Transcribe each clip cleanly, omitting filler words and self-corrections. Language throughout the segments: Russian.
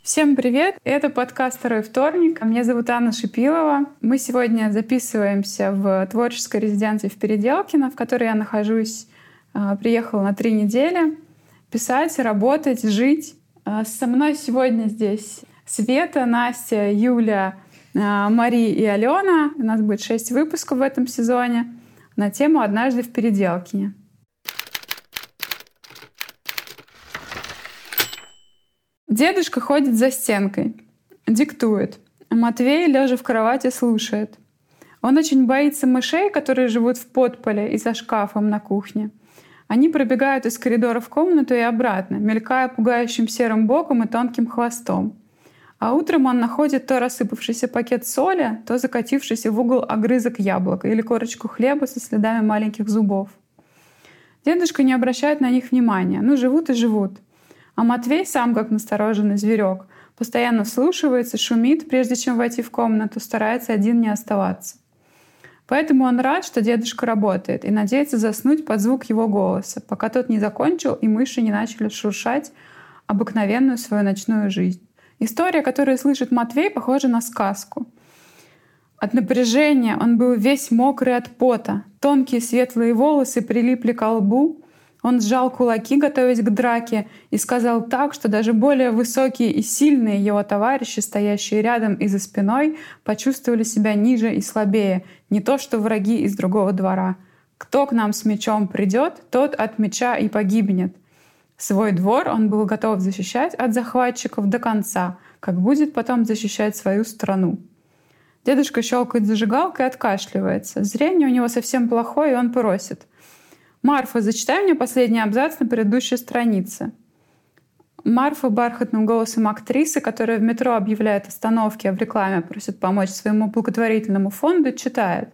Всем привет! Это подкаст «Второй вторник». Меня зовут Анна Шипилова. Мы сегодня записываемся в творческой резиденции в Переделкино, в которой я нахожусь. Приехала на 3 недели писать, работать, жить. Со мной сегодня здесь Света, Настя, Юля, Мари и Алена. У нас будет 6 выпусков в этом сезоне на тему «Однажды в Переделкине». Дедушка ходит за стенкой, диктует. Матвей, лежа в кровати, слушает. Он очень боится мышей, которые живут в подполе и за шкафом на кухне. Они пробегают из коридора в комнату и обратно, мелькая пугающим серым боком и тонким хвостом. А утром он находит то рассыпавшийся пакет соли, то закатившийся в угол огрызок яблока или корочку хлеба со следами маленьких зубов. Дедушка не обращает на них внимания. Живут и живут. А Матвей сам, как настороженный зверек, постоянно вслушивается, шумит, прежде чем войти в комнату, старается один не оставаться. Поэтому он рад, что дедушка работает, и надеется заснуть под звук его голоса, пока тот не закончил и мыши не начали шуршать обыкновенную свою ночную жизнь. История, которую слышит Матвей, похожа на сказку. От напряжения он был весь мокрый от пота, тонкие светлые волосы прилипли к лбу. Он сжал кулаки, готовясь к драке, и сказал так, что даже более высокие и сильные его товарищи, стоящие рядом и за спиной, почувствовали себя ниже и слабее, не то что враги из другого двора. Кто к нам с мечом придет, тот от меча и погибнет. Свой двор он был готов защищать от захватчиков до конца, как будет потом защищать свою страну. Дедушка щелкает зажигалкой и откашливается. Зрение у него совсем плохое, и он просит: «Марфа, зачитай мне последний абзац на предыдущей странице». Марфа бархатным голосом актрисы, которая в метро объявляет остановки, а в рекламе просит помочь своему благотворительному фонду, читает.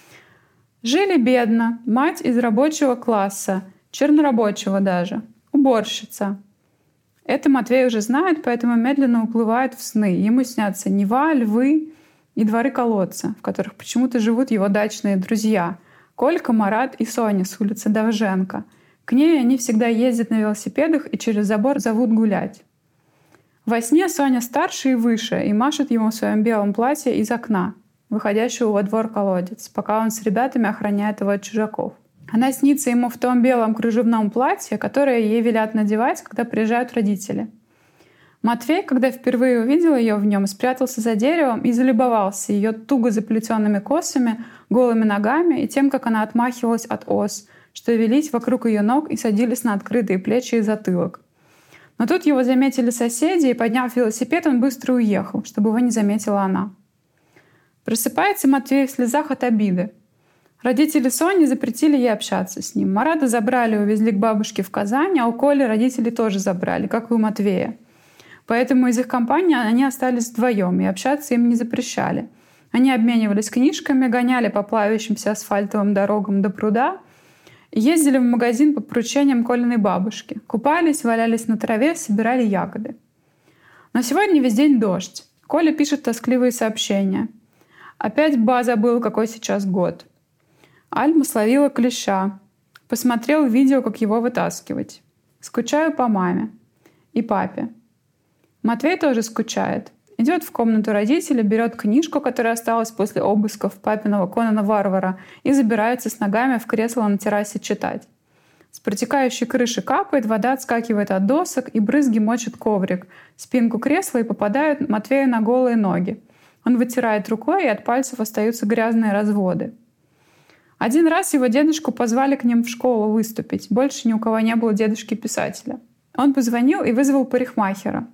«Жили бедно, мать из рабочего класса, чернорабочего даже, уборщица». Это Матвей уже знает, поэтому медленно уплывает в сны. Ему снятся Нева, львы и дворы колодца, в которых почему-то живут его дачные друзья — Колька, Марат и Соня с улицы Довженко. К ней они всегда ездят на велосипедах и через забор зовут гулять. Во сне Соня старше и выше и машет ему в своем белом платье из окна, выходящего во двор колодец, пока он с ребятами охраняет его от чужаков. Она снится ему в том белом кружевном платье, которое ей велят надевать, когда приезжают родители. Матвей, когда впервые увидел ее в нем, спрятался за деревом и залюбовался ее туго заплетенными косами, голыми ногами и тем, как она отмахивалась от ос, что велись вокруг ее ног и садились на открытые плечи и затылок. Но тут его заметили соседи, и, подняв велосипед, он быстро уехал, чтобы его не заметила она. Просыпается Матвей в слезах от обиды. Родители Сони запретили ей общаться с ним. Марата забрали и увезли к бабушке в Казань, а у Коли родители тоже забрали, как и у Матвея. Поэтому из их компании они остались вдвоем, и общаться им не запрещали. Они обменивались книжками, гоняли по плавящимся асфальтовым дорогам до пруда и ездили в магазин по поручениям Колиной бабушки. Купались, валялись на траве, собирали ягоды. Но сегодня весь день дождь. Коля пишет тоскливые сообщения. Опять забыл, какой сейчас год. Альма словила клеща. Посмотрел видео, как его вытаскивать. Скучаю по маме и папе. Матвей тоже скучает. Идет в комнату родителей, берет книжку, которая осталась после обысков папиного Конана Варвара, и забирается с ногами в кресло на террасе читать. С протекающей крыши капает, вода отскакивает от досок, и брызги мочат коврик, спинку кресла и попадают Матвею на голые ноги. Он вытирает рукой, и от пальцев остаются грязные разводы. Один раз его дедушку позвали к ним в школу выступить. Больше ни у кого не было дедушки-писателя. Он позвонил и вызвал парикмахера.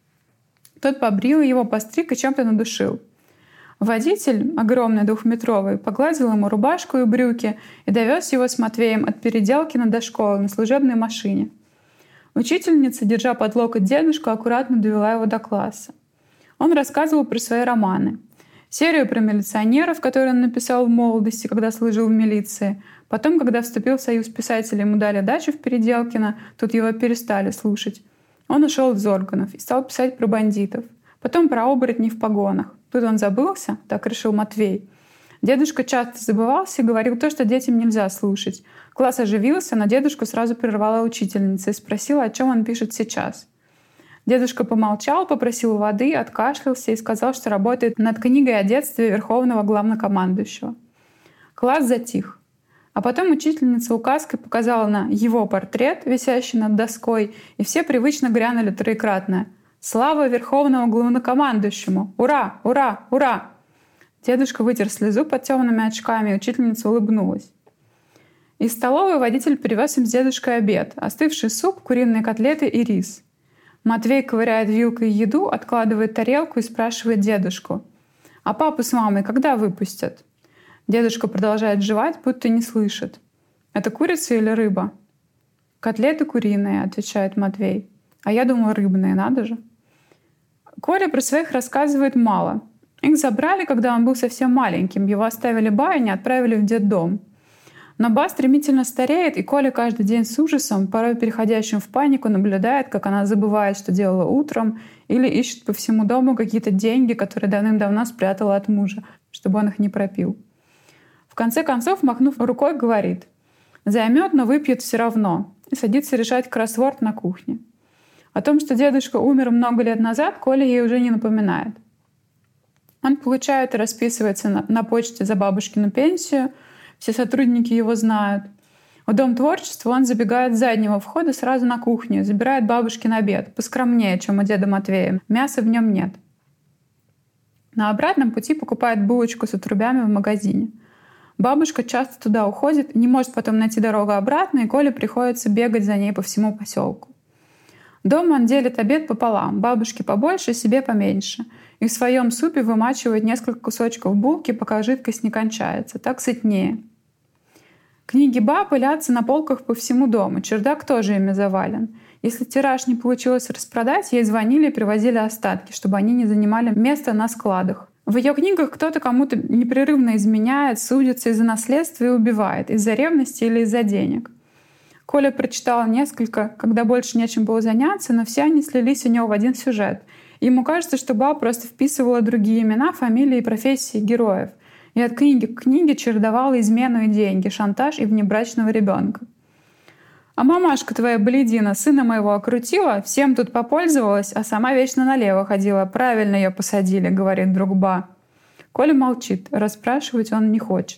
Тот побрил его, постриг и чем-то надушил. Водитель, огромный двухметровый, погладил ему рубашку и брюки и довез его с Матвеем от Переделкина до школы на служебной машине. Учительница, держа под локоть дедушку, аккуратно довела его до класса. Он рассказывал про свои романы. Серию про милиционеров, которые он написал в молодости, когда служил в милиции. Потом, когда вступил в союз писателей, ему дали дачу в Переделкино, тут его перестали слушать. Он ушел из органов и стал писать про бандитов. Потом про оборотней в погонах. Тут он забылся, так решил Матвей. Дедушка часто забывался и говорил то, что детям нельзя слушать. Класс оживился, но дедушку сразу прервала учительница и спросила, о чем он пишет сейчас. Дедушка помолчал, попросил воды, откашлялся и сказал, что работает над книгой о детстве Верховного Главнокомандующего. Класс затих. А потом учительница указкой показала на его портрет, висящий над доской, и все привычно грянули троекратное: «Слава Верховному Главнокомандующему! Ура! Ура! Ура!» Дедушка вытер слезу под темными очками, и учительница улыбнулась. Из столовой водитель привез им с дедушкой обед: остывший суп, куриные котлеты и рис. Матвей ковыряет вилкой еду, откладывает тарелку и спрашивает дедушку: «А папу с мамой когда выпустят?» Дедушка продолжает жевать, будто не слышит. «Это курица или рыба?» «Котлеты куриные», — отвечает Матвей. «А я думала, рыбные, надо же». Коля про своих рассказывает мало. Их забрали, когда он был совсем маленьким. Его оставили баинь и отправили в детдом. Но Ба стремительно стареет, и Коля каждый день с ужасом, порой переходящим в панику, наблюдает, как она забывает, что делала утром, или ищет по всему дому какие-то деньги, которые давным-давно спрятала от мужа, чтобы он их не пропил. В конце концов, махнув рукой, говорит: «Займет, но выпьет все равно», и садится решать кроссворд на кухне. О том, что дедушка умер много лет назад, Коля ей уже не напоминает. Он получает и расписывается на почте за бабушкину пенсию, все сотрудники его знают. В Дом творчества он забегает с заднего входа сразу на кухню, забирает бабушкин обед, поскромнее, чем у деда Матвея. Мяса в нем нет. На обратном пути покупает булочку с отрубями в магазине. Бабушка часто туда уходит, не может потом найти дорогу обратно, и Коле приходится бегать за ней по всему поселку. Дома он делит обед пополам, бабушке побольше, себе поменьше, и в своем супе вымачивает несколько кусочков булки, пока жидкость не кончается. Так сытнее. Книги Ба пылятся на полках по всему дому, чердак тоже ими завален. Если тираж не получилось распродать, ей звонили и привозили остатки, чтобы они не занимали место на складах. В ее книгах кто-то кому-то непрерывно изменяет, судится из-за наследства и убивает, из-за ревности или из-за денег. Коля прочитал несколько, когда больше нечем было заняться, но все они слились у него в один сюжет. Ему кажется, что Ба просто вписывала другие имена, фамилии и профессии героев. И от книги к книге чередовала измену и деньги, шантаж и внебрачного ребенка. «А мамашка твоя блядина сына моего окрутила, всем тут попользовалась, а сама вечно налево ходила. Правильно ее посадили», — говорит друг Ба. Коля молчит, расспрашивать он не хочет.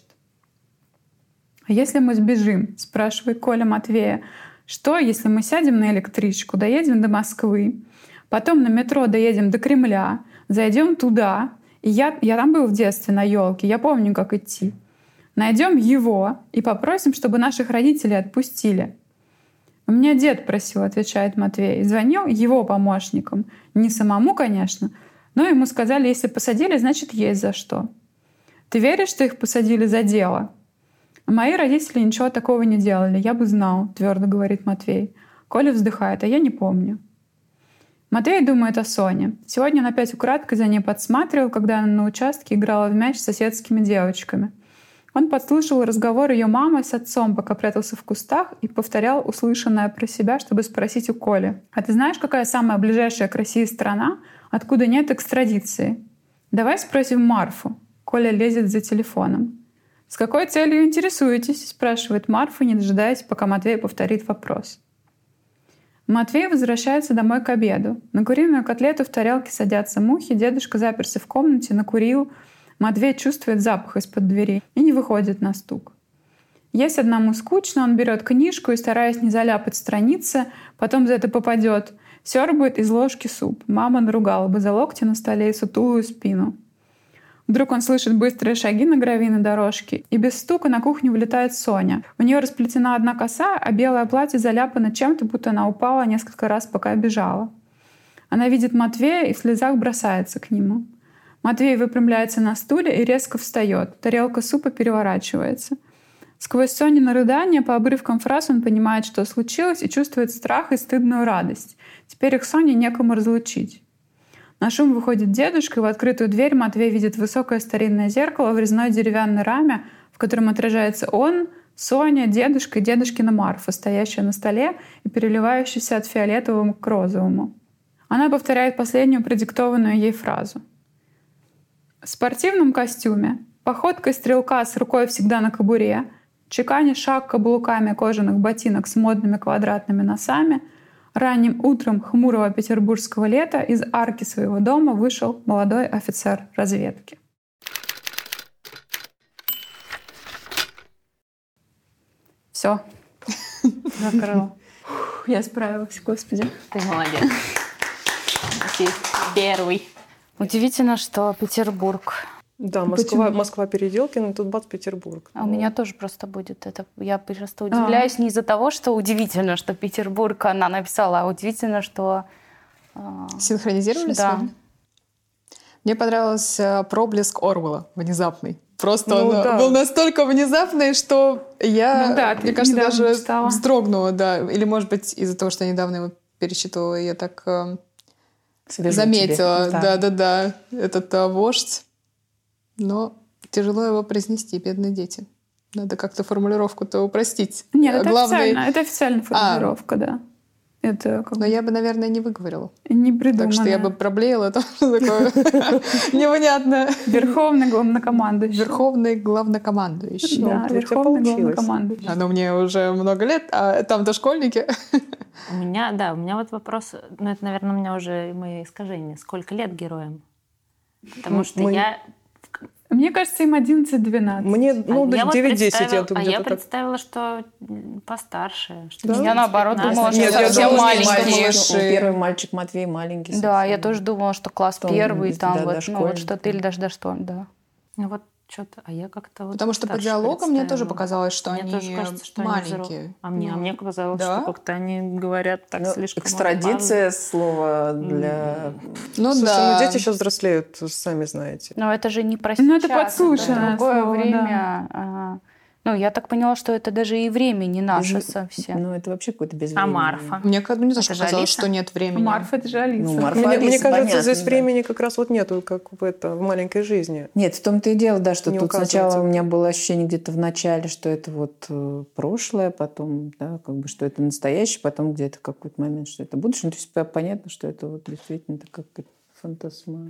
«А если мы сбежим?» — спрашивает Коля Матвея. «Что, если мы сядем на электричку, доедем до Москвы, потом на метро доедем до Кремля, зайдем туда, и я там был в детстве на елке, я помню, как идти. Найдем его и попросим, чтобы наших родителей отпустили». «У меня дед просил», — отвечает Матвей. Звонил его помощникам. Не самому, конечно, но ему сказали, если посадили, значит, есть за что. «Ты веришь, что их посадили за дело?» «Мои родители ничего такого не делали, я бы знал», — твердо говорит Матвей. Коля вздыхает, а я не помню. Матвей думает о Соне. Сегодня он опять украдкой за ней подсматривал, когда она на участке играла в мяч с соседскими девочками. Он подслушал разговор ее мамы с отцом, пока прятался в кустах, и повторял услышанное про себя, чтобы спросить у Коли: «А ты знаешь, какая самая ближайшая к России страна, откуда нет экстрадиции?» «Давай спросим Марфу». Коля лезет за телефоном. «С какой целью интересуетесь?» — спрашивает Марфа, не дожидаясь, пока Матвей повторит вопрос. Матвей возвращается домой к обеду. На куриную котлету в тарелке садятся мухи, дедушка заперся в комнате, накурил. Матвей чувствует запах из-под двери и не выходит на стук. Есть одному скучно, он берет книжку и, стараясь не заляпать страницы, потом за это попадет, сёрбает из ложки суп. Мама наругала бы за локти на столе и сутулую спину. Вдруг он слышит быстрые шаги на гравийной дорожке, и без стука на кухню влетает Соня. У нее расплетена одна коса, а белое платье заляпано чем-то, будто она упала несколько раз, пока бежала. Она видит Матвея и в слезах бросается к нему. Матвей выпрямляется на стуле и резко встает. Тарелка супа переворачивается. Сквозь Сонины рыдания по обрывкам фраз он понимает, что случилось, и чувствует страх и стыдную радость. Теперь их Соне некому разлучить. На шум выходит дедушка, и в открытую дверь Матвей видит высокое старинное зеркало в резной деревянной раме, в котором отражается он, Соня, дедушка и дедушкина Марфа, стоящая на столе и переливающаяся от фиолетового к розовому. Она повторяет последнюю продиктованную ей фразу. В спортивном костюме, походкой стрелка с рукой всегда на кобуре, чеканя шаг каблуками кожаных ботинок с модными квадратными носами, Ранним утром хмурого петербургского лета из арки своего дома вышел молодой офицер разведки. Все. Закрыла. Я справилась, господи. Ты молодец. Ты первый. Удивительно, что Петербург. Да, Москва Переделкино, тут бац, Петербург. А у меня тоже просто будет это. Я просто удивляюсь не из-за того, что удивительно, что Петербург она написала, а удивительно, что... Синхронизировали да. с вами? Мне понравился проблеск Орвелла внезапный. Просто он был настолько внезапный, что я, мне кажется, даже вздрогнула. Да. Или, может быть, из-за того, что я недавно его перечитывала, я так заметила. Да. Этот вождь. Но тяжело его произнести, бедные дети. Надо как-то формулировку-то упростить. Нет, это официальная формулировка, да. Это но я бы, наверное, не выговорила. Не придумано. Так что я бы проблеяла. Там такое невнятное. Верховный главнокомандующий. Верховный главнокомандующий. Да, верховный главнокомандующий. Но мне уже много лет, а там-то школьники. У меня вот вопрос, это, наверное, у меня уже мои искажения. Сколько лет героям? Потому что Мне кажется, им 11-12. Мне 9-10 я тут я представила, что постарше. Да? Я наоборот думала, что совсем маленькие. Первый мальчик Матвей маленький. Да, я тоже думала, что класс первый, там вот что-то или даже до что, да. Ну вот что-то, а я как-то вот потому что по диалогам мне тоже показалось, что мне они тоже кажется, что маленькие. Мне казалось, что как-то они говорят так слишком. Экстрадиция слово для... Слушай, дети сейчас взрослеют, сами знаете. Но это же не про сейчас. Ну, это подслушанное другое слово, время. Да. Я так поняла, что это даже и время не наше совсем. Ну, это вообще какое-то безвремение. А Марфа? Мне тоже казалось, что нет времени. Марфа — это же Алиса. Мне кажется, здесь времени как раз вот нету, как в маленькой жизни. Нет, в том-то и дело, да, что не тут сначала у меня было ощущение где-то в начале, что это вот прошлое, потом, да, как бы, что это настоящее, потом где-то какой-то момент, что это будущее. То есть понятно, что это вот действительно как фантасма.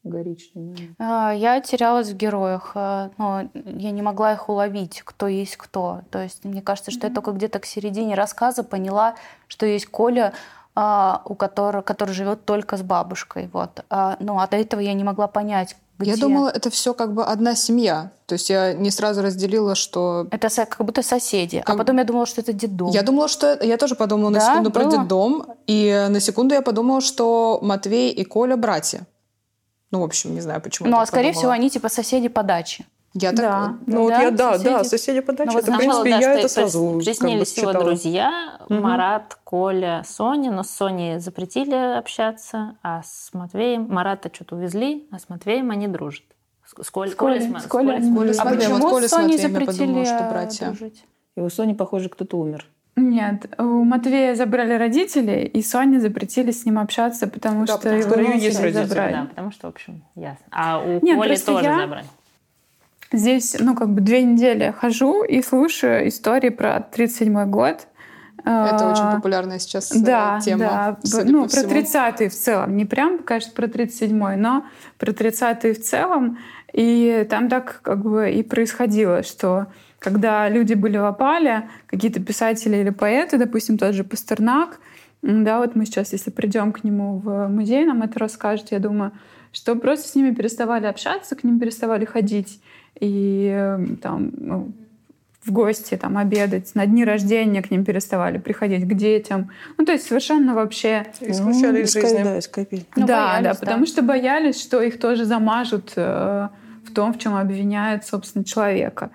Я терялась в героях, но я не могла их уловить, кто есть кто. То есть мне кажется, что я только где-то к середине рассказа поняла, что есть Коля, который живет только с бабушкой. Вот. А до этого я не могла понять, где... Я думала, это все как бы одна семья. То есть я не сразу разделила, что... Это как будто соседи. А потом я думала, что это детдом. Я думала, что... Я тоже подумала на секунду про детдом. И на секунду я подумала, что Матвей и Коля братья. В общем, не знаю, почему. А скорее всего, они типа соседи по даче. Я так... соседи по даче. Это, в принципе, я это сразу приснились его друзья, Марат, Коля, Соня, но с Соней запретили общаться, а с Матвеем... Марата что-то увезли, а с Матвеем они дружат. С Колей. А почему с Соней запретили дружить? И у Сони, похоже, кто-то умер. Нет, у Матвея забрали родители, и Соне запретили с ним общаться, потому что его родители забрали. Да, потому что, в общем, ясно. А у Коли тоже забрали. Здесь, 2 недели хожу и слушаю истории про 1937 год. Это очень популярная сейчас тема. Да, про 30-е в целом. Не прям, конечно, про 37-й, но про 30-е в целом. И там так как бы и происходило, что когда люди были в опале, какие-то писатели или поэты, допустим, тот же Пастернак, да, вот мы сейчас, если придем к нему в музей, нам это расскажет, я думаю, что просто с ними переставали общаться, к ним переставали ходить и там в гости там обедать, на дни рождения к ним переставали приходить, к детям. То есть совершенно вообще... Исключали из жизни. Да, скопили. Да, потому что боялись, что их тоже замажут в том, в чем обвиняют, собственно, человека.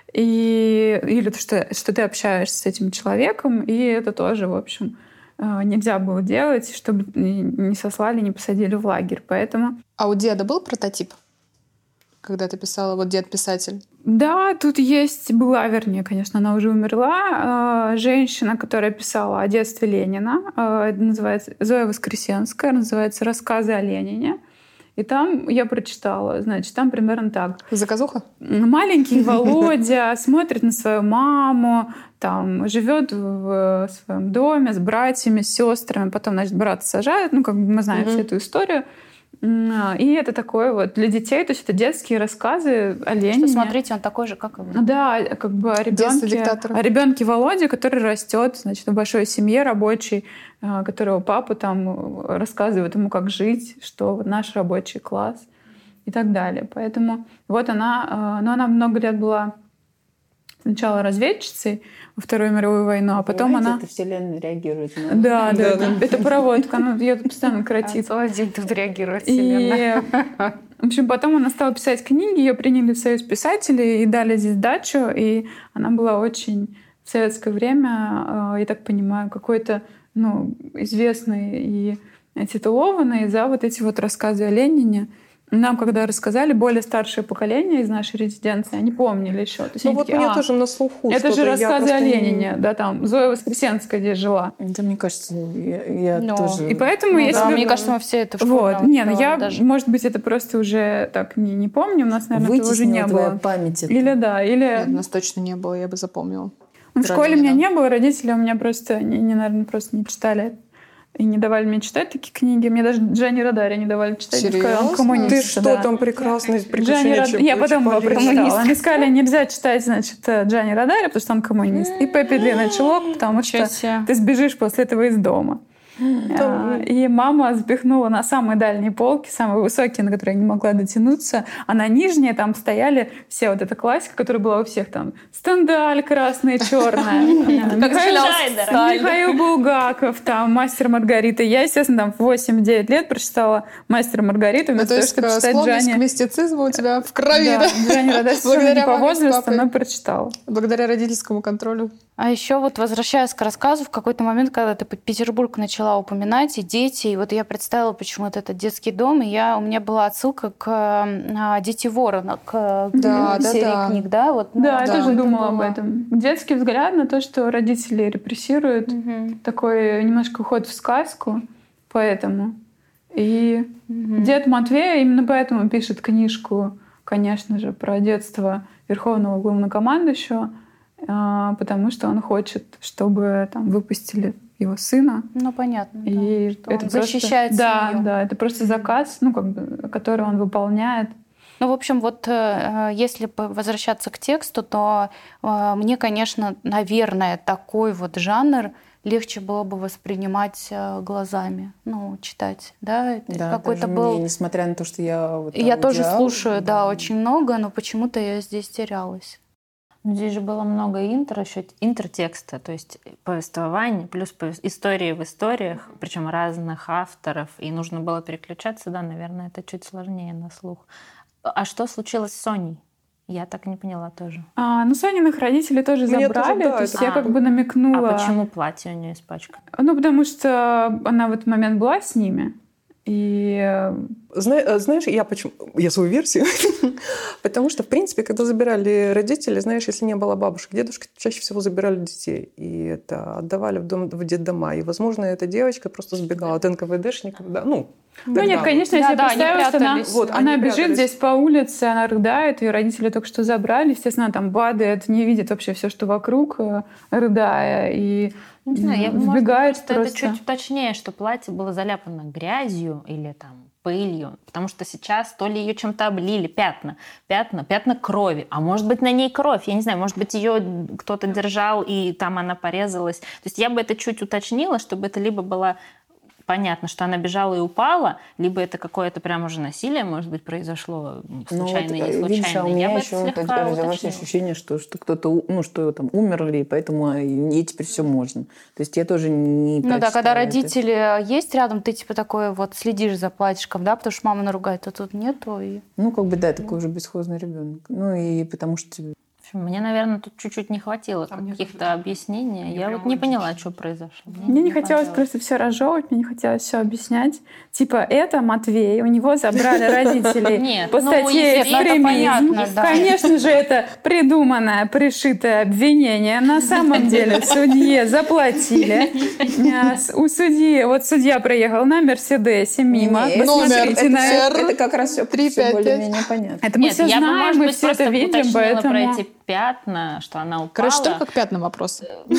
Или что ты общаешься с этим человеком, и это тоже, в общем, нельзя было делать, чтобы не сослали, не посадили в лагерь. Поэтому... А у деда был прототип? Когда ты писала, вот дед-писатель? Да, тут была, конечно, она уже умерла, женщина, которая писала о детстве Ленина, называется Зоя Воскресенская, называется «Рассказы о Ленине». И там я прочитала, там примерно так. Заказуха? Маленький Володя смотрит на свою маму, там живет в своем доме с братьями, с сестрами, потом, брата сажают, мы знаем всю эту историю. И это такое вот для детей, то есть это детские рассказы о Ленине. Что, смотрите, он такой же, как и вы. Да, как бы о ребенке Володе, который растет, значит, в большой семье рабочей, которого папа там рассказывает ему, как жить, что вот наш рабочий класс и так далее. Поэтому вот она, она много лет была сначала разведчицей во Вторую мировую войну, а потом она... эта вселенная реагирует на... Да, это проводка, ее постоянно кротит. Целый день тут реагирует вселенная. В общем, потом она стала писать книги, ее приняли в Союз писателей и дали здесь дачу, и она была очень в советское время, я так понимаю, какой-то известной и титулованной за вот эти вот рассказы о Ленине. Нам, когда рассказали, более старшее поколение из нашей резиденции, они помнили еще. Ну вот такие, мне тоже на слуху. Это же рассказы о Ленине, да, там Зоя Воскресенская здесь жила. Да, мне кажется, я тоже... И поэтому, мне кажется, мы все это в школе. Вот. Я, даже. Может быть, это просто уже так не помню, у нас, наверное, этого уже не было. Память. Или да, или... Нет, у нас точно не было, я бы запомнила. В школе у меня не было, родители у меня просто, наверное, просто не читали и не давали мне читать такие книги. Мне даже Джанни Родари не давали читать. Серьезно? Он коммунист. Ты что, там прекрасные приключения? Я потом его прочитала. Они сказали, нельзя читать, значит, Джанни Родари, потому что он коммунист. И Пеппи Длинный Чулок, потому что ты сбежишь после этого из дома. И мама запихнула на самые дальние полки, самые высокие, на которые я не могла дотянуться, а на нижние там стояли все вот эта классика, которая была у всех там. Стендаль красная, черная. Михаил Булгаков, там «Мастер Маргарита». Я, естественно, там в 8-9 лет прочитала «Мастер Маргариту». То есть склонность к мистицизму у тебя в крови, да? Джанни Родари совершенно не по возрасту, но прочитала. Благодаря родительскому контролю. А еще вот возвращаясь к рассказу, в какой-то момент, когда ты Петербург начала упоминать, и дети, и вот я представила почему-то этот детский дом, и у меня была отсылка к «Дети ворона», к серии книг, да? Вот, я тоже думала об этом. Детский взгляд на то, что родители репрессируют, такой немножко уход в сказку, поэтому. И дед Матвей именно поэтому пишет книжку, конечно же, про детство Верховного Главнокомандующего, потому что он хочет, чтобы там выпустили его сына. Ну, понятно. И да, это защищает семью. Да, это просто заказ, который он выполняет. Ну, в общем, вот если возвращаться к тексту, то мне, конечно, наверное, такой вот жанр легче было бы воспринимать глазами, читать, да? Да, какой-то был. Мне, несмотря на то, что я тоже слушаю, очень много, но почему-то я здесь терялась. Здесь же было много интертекста, то есть повествование, плюс истории в историях, причем разных авторов, и нужно было переключаться, да, наверное, это чуть сложнее на слух. А что случилось с Соней? Я так и не поняла тоже. Сониных родителей тоже забрали, то есть я как бы намекнула. А почему платье у нее испачкано? Потому что она в этот момент была с ними. И... Знаешь, я свою версию, потому что, в принципе, когда забирали родители, знаешь, если не было бабушек, дедушек, чаще всего забирали детей, и это отдавали в детдома, и, возможно, эта девочка просто сбегала от НКВДшников, да, нет, конечно, если представить, что она бежит здесь по улице, она рыдает, ее родители только что забрали, естественно, она там падает, не видит вообще все, что вокруг, рыдая, и не знаю, вбегает просто. Это чуть точнее, что платье было заляпано грязью или там пылью, потому что сейчас то ли ее чем-то облили, пятна крови, а может быть на ней кровь, я не знаю, может быть ее кто-то держал и там она порезалась. То есть я бы это чуть уточнила, чтобы это либо было понятно, что она бежала и упала, либо это какое-то прям уже насилие, может быть, произошло случайно или случайно. Видишь, у меня еще развилось ощущение, что кто-то, что там умерли, и поэтому ей теперь все можно. То есть я тоже не прочитала когда родители есть рядом, ты типа такой вот следишь за платьишком, да, потому что мама наругает, а тут нету. И... такой уже бесхозный ребенок. И потому что мне, наверное, тут чуть-чуть не хватило каких-то объяснений. Я вот не поняла, что произошло. Мне не хотелось просто все разжевывать, мне не хотелось все объяснять. Типа, это Матвей, у него забрали родители по статье «Экстремизм». Конечно же, это придуманное, пришитое обвинение. На самом деле судье заплатили. У судьи, судья проехал на Мерседесе мимо. Посмотрите на это. Это как раз все более-менее понятно. Это мы все знаем, мы все это видим, поэтому... пятна, что она упала. Короче, только к пятнам вопрос.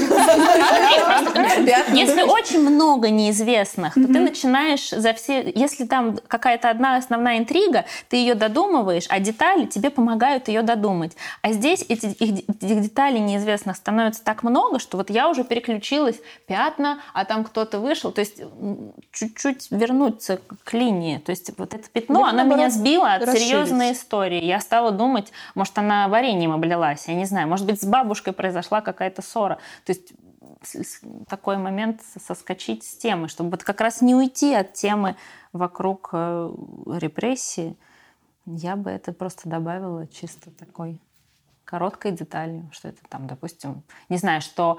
Если очень много неизвестных, то ты начинаешь за все... Если там какая-то одна основная интрига, ты ее додумываешь, а детали тебе помогают ее додумать. А здесь этих деталей неизвестных становится так много, что вот я уже переключилась, пятна, а там кто-то вышел. То есть чуть-чуть вернуться к линии. То есть вот это пятно, оно меня сбило от серьезной истории. Я стала думать, может, она вареньем облилась, я не знаю. Может быть, с бабушкой произошла какая-то ссора. То есть такой момент соскочить с темы, чтобы вот как раз не уйти от темы вокруг репрессии. Я бы это просто добавила чисто такой короткой деталью, что это там, допустим, не знаю, что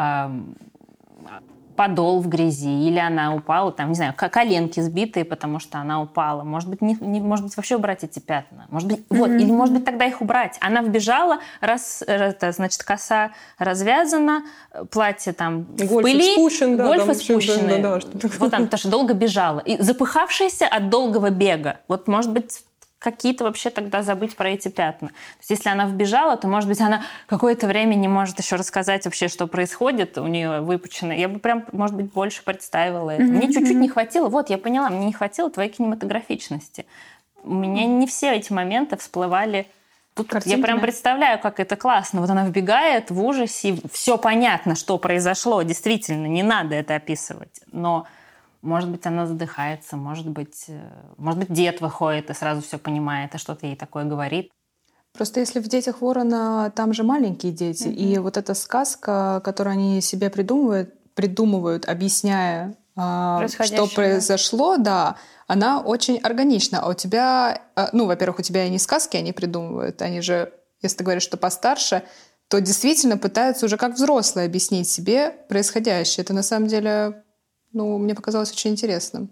подол в грязи, или она упала, там, не знаю, коленки сбитые, потому что она упала. Может быть, может быть, вообще убрать эти пятна. Может быть, или может быть, тогда их убрать. Она вбежала, значит, коса развязана, платье там в пыли, гольфы спущены. Вот она, потому что долго бежала. И запыхавшаяся от долгого бега. Вот, может быть, какие-то вообще тогда забыть про эти пятна. То есть если она вбежала, то, может быть, она какое-то время не может еще рассказать вообще, что происходит у нее выпучено. Я бы прям, может быть, больше представила это. Мне чуть-чуть не хватило, вот, я поняла, мне не хватило твоей кинематографичности. У меня не все эти моменты всплывали. Тут я прям представляю, как это классно. Вот она вбегает в ужасе, все понятно, что произошло, действительно, не надо это описывать. Но может быть, она задыхается, может быть, дед выходит и сразу все понимает, и что-то ей такое говорит. Просто если в «Детях ворона» там же маленькие дети, и вот эта сказка, которую они себе придумывают, объясняя, что произошло, да, она очень органична. А у тебя, во-первых, у тебя и не сказки они придумывают, они же, если ты говоришь, что постарше, то действительно пытаются уже как взрослые объяснить себе происходящее. Это на самом деле... мне показалось очень интересным.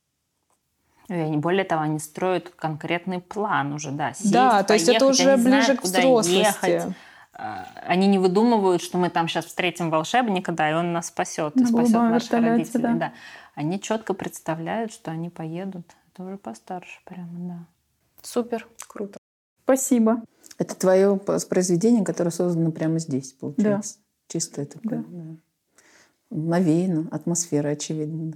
И более того, они строят конкретный план уже, да. Сесть, да, то есть это уже ближе к взрослости. Ехать. Они не выдумывают, что мы там сейчас встретим волшебника, да, и он нас спасет, и спасет наших родителей. Да. Они четко представляют, что они поедут. Это уже постарше прямо, да. Супер. Круто. Спасибо. Это твое произведение, которое создано прямо здесь, получается. Да. Чистое такое, да. Навеяно, атмосфера, очевидно.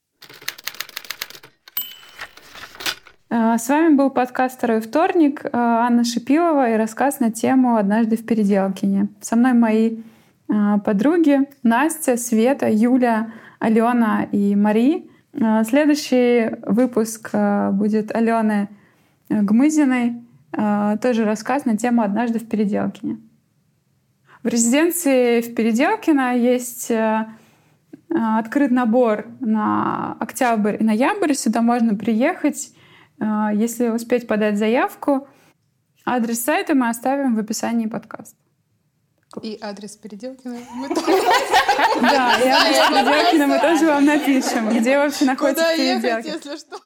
С вами был подкаст «Второй вторник», Анна Шипилова и рассказ на тему «Однажды в Переделкине». Со мной мои подруги Настя, Света, Юля, Алена и Мари. Следующий выпуск будет Алены Гмызиной, тоже рассказ на тему «Однажды в Переделкине». В резиденции в Переделкино есть открыт набор на октябрь и ноябрь. Сюда можно приехать, если успеть подать заявку. Адрес сайта мы оставим в описании подкаста. И адрес Переделкина мы тоже... Да, и адрес Переделкина мы тоже вам напишем, где вообще находится Переделкино. Куда ехать, если что?